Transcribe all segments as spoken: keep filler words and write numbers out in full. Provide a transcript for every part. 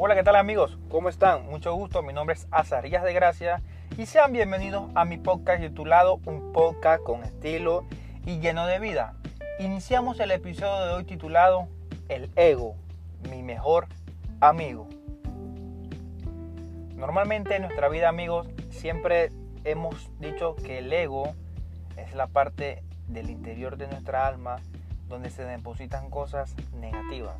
Hola, ¿qué tal amigos? ¿Cómo están? Mucho gusto, mi nombre es Azarías de Gracia y sean bienvenidos a mi podcast titulado Un podcast con estilo y lleno de vida. Iniciamos el episodio de hoy titulado El ego, mi mejor amigo. Normalmente en nuestra vida, amigos, siempre hemos dicho que el ego es la parte del interior de nuestra alma donde se depositan cosas negativas.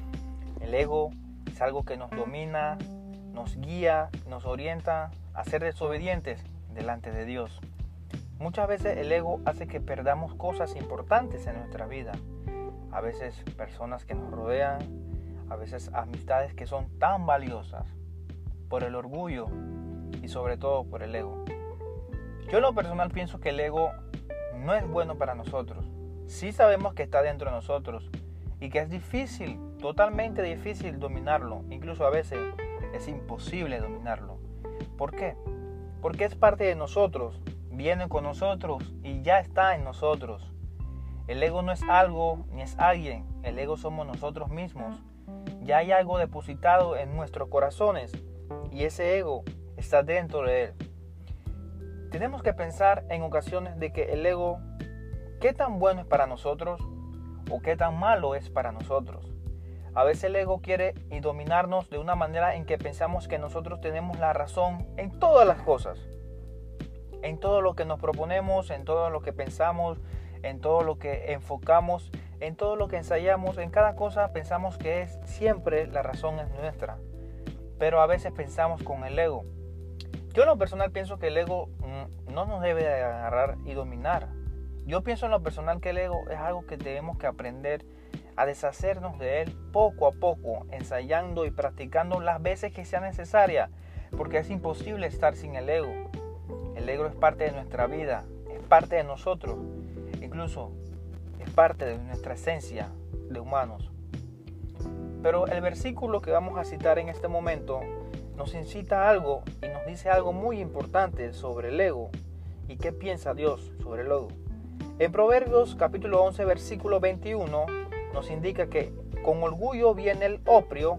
El ego es algo que nos domina, nos guía, nos orienta a ser desobedientes delante de Dios. Muchas veces el ego hace que perdamos cosas importantes en nuestra vida. A veces personas que nos rodean, a veces amistades que son tan valiosas por el orgullo y sobre todo por el ego. Yo en lo personal pienso que el ego no es bueno para nosotros. Sí sabemos que está dentro de nosotros y que es difícil, totalmente difícil dominarlo. Incluso a veces es imposible dominarlo. ¿Por qué? Porque es parte de nosotros, viene con nosotros y ya está en nosotros. El ego no es algo ni es alguien, el ego somos nosotros mismos. Ya hay algo depositado en nuestros corazones y ese ego está dentro de él. Tenemos que pensar en ocasiones de que el ego, ¿qué tan bueno es para nosotros o qué tan malo es para nosotros? A veces el ego quiere y dominarnos de una manera en que pensamos que nosotros tenemos la razón en todas las cosas. En todo lo que nos proponemos, en todo lo que pensamos, en todo lo que enfocamos, en todo lo que ensayamos, en cada cosa pensamos que es siempre la razón es nuestra. Pero a veces pensamos con el ego. Yo en lo personal pienso que el ego no nos debe de agarrar y dominar. Yo pienso en lo personal que el ego es algo que tenemos que aprender a deshacernos de él poco a poco, ensayando y practicando las veces que sea necesaria, porque es imposible estar sin el ego. El ego es parte de nuestra vida, es parte de nosotros, incluso es parte de nuestra esencia de humanos. Pero el versículo que vamos a citar en este momento nos incita a algo y nos dice algo muy importante sobre el ego y qué piensa Dios sobre el ego. En Proverbios capítulo once versículo veintiuno nos indica que con orgullo viene el oprio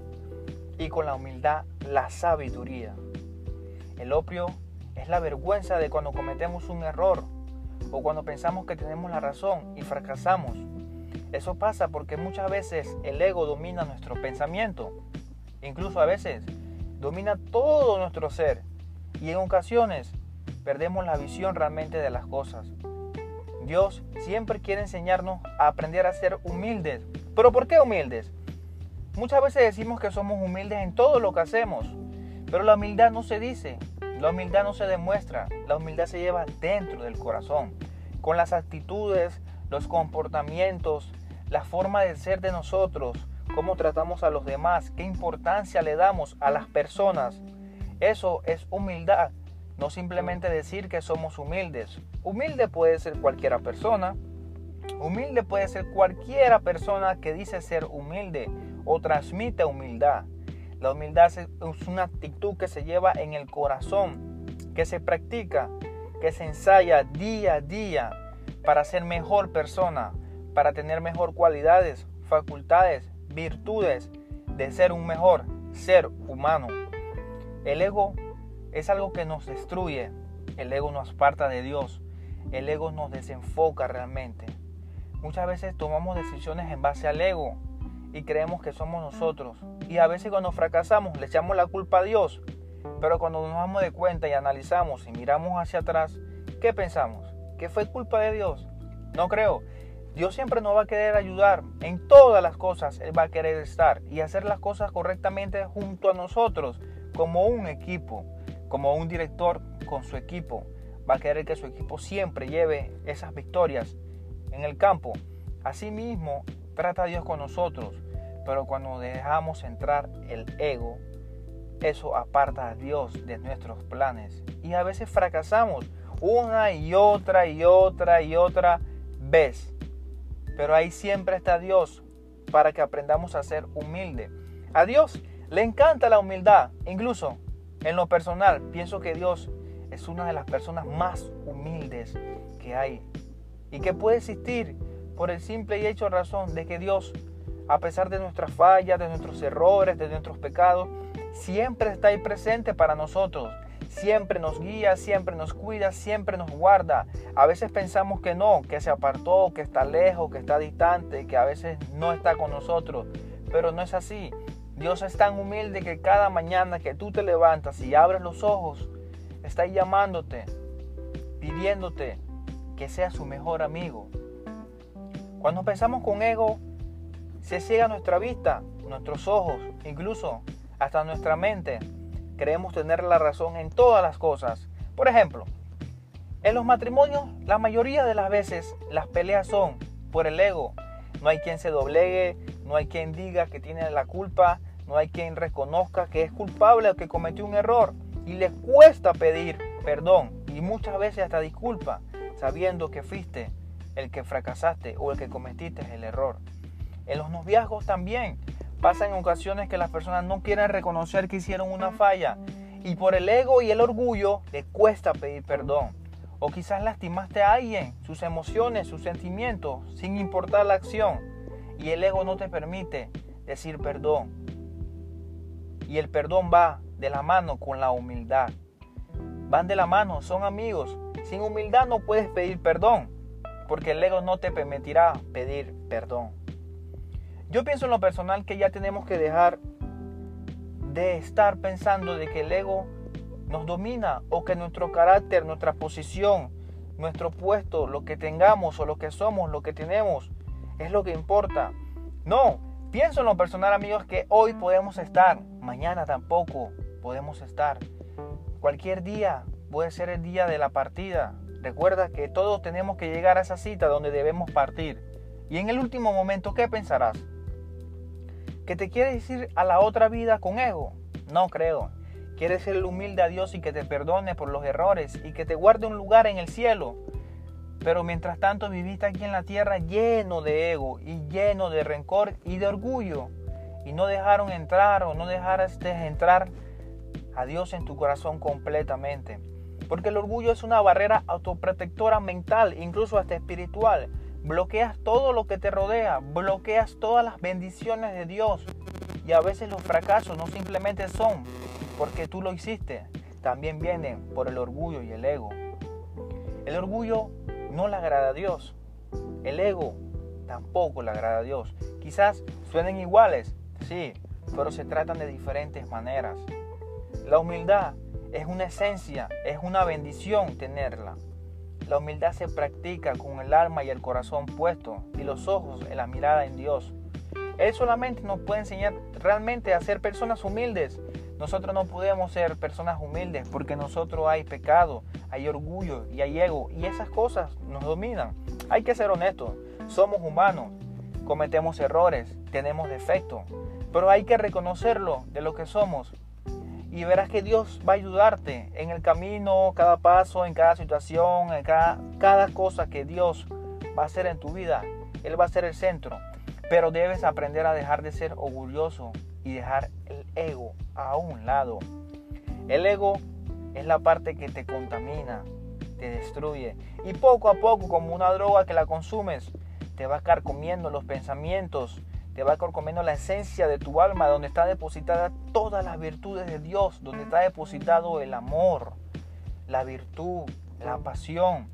y con la humildad la sabiduría. El oprio es la vergüenza de cuando cometemos un error o cuando pensamos que tenemos la razón y fracasamos. Eso pasa porque muchas veces el ego domina nuestro pensamiento, incluso a veces domina todo nuestro ser y en ocasiones perdemos la visión realmente de las cosas. Dios siempre quiere enseñarnos a aprender a ser humildes. ¿Pero por qué humildes? Muchas veces decimos que somos humildes en todo lo que hacemos, pero la humildad no se dice, la humildad no se demuestra, la humildad se lleva dentro del corazón, con las actitudes, los comportamientos, la forma de ser de nosotros, cómo tratamos a los demás, qué importancia le damos a las personas. Eso es humildad. No simplemente decir que somos humildes. Humilde puede ser cualquiera persona. Humilde puede ser cualquiera persona que dice ser humilde o transmite humildad. La humildad es una actitud que se lleva en el corazón, que se practica, que se ensaya día a día para ser mejor persona, para tener mejor cualidades, facultades, virtudes de ser un mejor ser humano. El ego es algo que nos destruye, el ego nos aparta de Dios, el ego nos desenfoca realmente. Muchas veces tomamos decisiones en base al ego y creemos que somos nosotros. Y a veces cuando fracasamos le echamos la culpa a Dios. Pero cuando nos damos de cuenta y analizamos y miramos hacia atrás, ¿qué pensamos? ¿Que fue culpa de Dios? No creo. Dios siempre nos va a querer ayudar en todas las cosas. Él va a querer estar y hacer las cosas correctamente junto a nosotros como un equipo. Como un director con su equipo, va a querer que su equipo siempre lleve esas victorias en el campo. Asimismo, trata Dios con nosotros, pero cuando dejamos entrar el ego, eso aparta a Dios de nuestros planes. Y a veces fracasamos una y otra y otra y otra vez. Pero ahí siempre está Dios para que aprendamos a ser humildes. A Dios le encanta la humildad, incluso en lo personal, pienso que Dios es una de las personas más humildes que hay y que puede existir por el simple y hecho razón de que Dios, a pesar de nuestras fallas, de nuestros errores, de nuestros pecados, siempre está ahí presente para nosotros. Siempre nos guía, siempre nos cuida, siempre nos guarda. A veces pensamos que no, que se apartó, que está lejos, que está distante, que a veces no está con nosotros. Pero no es así. Dios es tan humilde que cada mañana que tú te levantas y abres los ojos, está ahí llamándote, pidiéndote que seas su mejor amigo. Cuando pensamos con ego, se ciega nuestra vista, nuestros ojos, incluso hasta nuestra mente. Creemos tener la razón en todas las cosas. Por ejemplo, en los matrimonios, la mayoría de las veces las peleas son por el ego. No hay quien se doblegue, no hay quien diga que tiene la culpa, no hay quien reconozca que es culpable o que cometió un error. Y le cuesta pedir perdón y muchas veces hasta disculpa, sabiendo que fuiste el que fracasaste o el que cometiste el error. En los noviazgos también pasa en ocasiones que las personas no quieren reconocer que hicieron una falla y por el ego y el orgullo le cuesta pedir perdón. O quizás lastimaste a alguien, sus emociones, sus sentimientos, sin importar la acción. Y el ego no te permite decir perdón. Y el perdón va de la mano con la humildad. Van de la mano, son amigos. Sin humildad no puedes pedir perdón, porque el ego no te permitirá pedir perdón. Yo pienso en lo personal que ya tenemos que dejar de estar pensando de que el ego nos domina o que nuestro carácter, nuestra posición, nuestro puesto, lo que tengamos o lo que somos, lo que tenemos, es lo que importa. No, pienso en lo personal, amigos, que hoy podemos estar, mañana tampoco podemos estar. Cualquier día puede ser el día de la partida. Recuerda que todos tenemos que llegar a esa cita donde debemos partir. Y en el último momento, ¿qué pensarás? ¿Que te quieres ir a la otra vida con ego? No creo. Quieres ser humilde a Dios y que te perdone por los errores y que te guarde un lugar en el cielo. Pero mientras tanto viviste aquí en la tierra lleno de ego y lleno de rencor y de orgullo. Y no dejaron entrar o no dejaste entrar a Dios en tu corazón completamente. Porque el orgullo es una barrera autoprotectora mental, incluso hasta espiritual. Bloqueas todo lo que te rodea, bloqueas todas las bendiciones de Dios. Y a veces los fracasos no simplemente son porque tú lo hiciste, también vienen por el orgullo y el ego. El orgullo no le agrada a Dios, el ego tampoco le agrada a Dios. Quizás suenen iguales, sí, pero se tratan de diferentes maneras. La humildad es una esencia, es una bendición tenerla. La humildad se practica con el alma y el corazón puesto y los ojos en la mirada en Dios. Él solamente nos puede enseñar realmente a ser personas humildes. Nosotros no podemos ser personas humildes porque nosotros hay pecado, hay orgullo y hay ego y esas cosas nos dominan. Hay que ser honestos, somos humanos, cometemos errores, tenemos defectos, pero hay que reconocerlo de lo que somos. Y verás que Dios va a ayudarte en el camino, cada paso, en cada situación, en cada, cada cosa que Dios va a hacer en tu vida. Él va a ser el centro. Pero debes aprender a dejar de ser orgulloso y dejar el ego a un lado. El ego es la parte que te contamina, te destruye. Y poco a poco, como una droga que la consumes, te va carcomiendo los pensamientos, te va carcomiendo la esencia de tu alma, donde está depositada todas las virtudes de Dios, donde está depositado el amor, la virtud, la pasión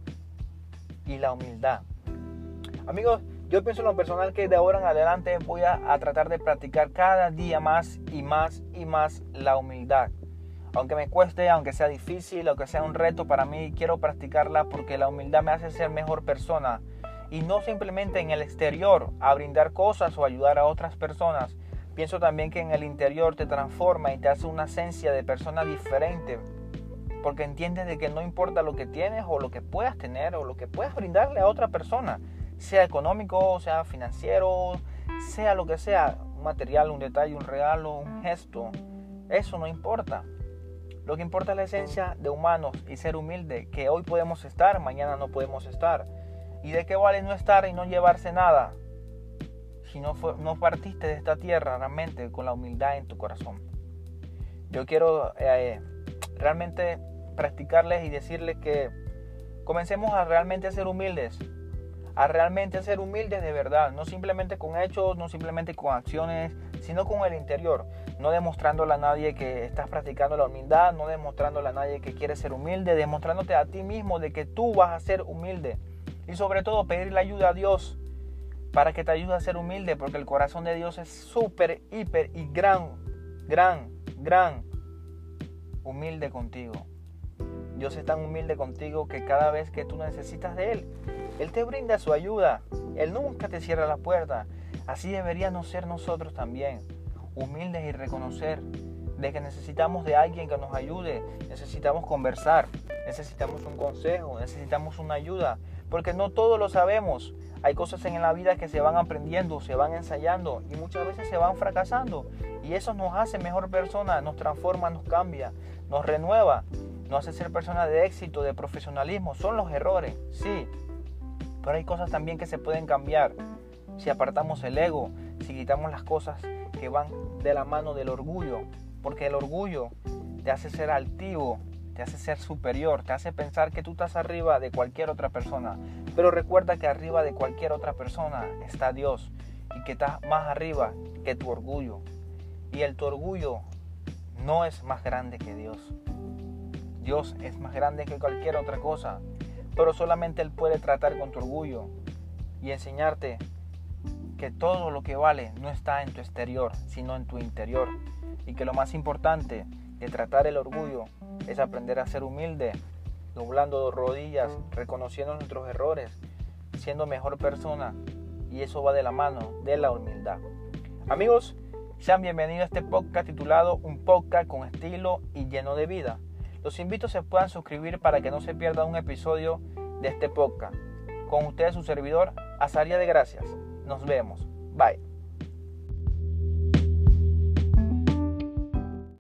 y la humildad. Amigos, yo pienso en lo personal que de ahora en adelante voy a, a tratar de practicar cada día más y más y más la humildad. Aunque me cueste, aunque sea difícil, aunque sea un reto para mí, quiero practicarla porque la humildad me hace ser mejor persona. Y no simplemente en el exterior, a brindar cosas o ayudar a otras personas. Pienso también que en el interior te transforma y te hace una esencia de persona diferente. Porque entiendes de que no importa lo que tienes o lo que puedas tener o lo que puedas brindarle a otra persona. Sea económico, sea financiero, sea lo que sea. Un material, un detalle, un regalo, un gesto. Eso no importa. Lo que importa es la esencia de humanos y ser humilde. Que hoy podemos estar, mañana no podemos estar. ¿Y de qué vale no estar y no llevarse nada si no, fue, no partiste de esta tierra realmente con la humildad en tu corazón? Yo quiero eh, realmente practicarles y decirles que comencemos a realmente ser humildes, a realmente ser humildes de verdad, no simplemente con hechos, no simplemente con acciones, sino con el interior, no demostrándole a nadie que estás practicando la humildad, no demostrándole a nadie que quieres ser humilde, demostrándote a ti mismo de que tú vas a ser humilde y sobre todo pedirle ayuda a Dios para que te ayude a ser humilde, porque el corazón de Dios es súper, hiper y gran, gran, gran humilde contigo. Dios es tan humilde contigo que cada vez que tú necesitas de Él, Él te brinda su ayuda. Él nunca te cierra la puerta. Así deberíamos ser nosotros también, humildes y reconocer de que necesitamos de alguien que nos ayude, necesitamos conversar, necesitamos un consejo, necesitamos una ayuda, porque no todo lo sabemos. Hay cosas en la vida que se van aprendiendo, se van ensayando y muchas veces se van fracasando. Y eso nos hace mejor persona, nos transforma, nos cambia, nos renueva, nos hace ser personas de éxito, de profesionalismo. Son los errores, sí, pero hay cosas también que se pueden cambiar. Si apartamos el ego, si quitamos las cosas que van de la mano del orgullo, porque el orgullo te hace ser altivo, te hace ser superior, te hace pensar que tú estás arriba de cualquier otra persona. Pero recuerda que arriba de cualquier otra persona está Dios y que está más arriba que tu orgullo. Y el tu orgullo no es más grande que Dios. Dios es más grande que cualquier otra cosa, pero solamente Él puede tratar con tu orgullo y enseñarte que todo lo que vale no está en tu exterior, sino en tu interior. Y que lo más importante de tratar el orgullo es aprender a ser humilde, doblando rodillas, reconociendo nuestros errores, siendo mejor persona. Y eso va de la mano de la humildad. Amigos, sean bienvenidos a este podcast titulado Un podcast con estilo y lleno de vida. Los invito a que se puedan suscribir para que no se pierdan un episodio de este podcast. Con ustedes su servidor, Azaria de Gracias. Nos vemos. Bye.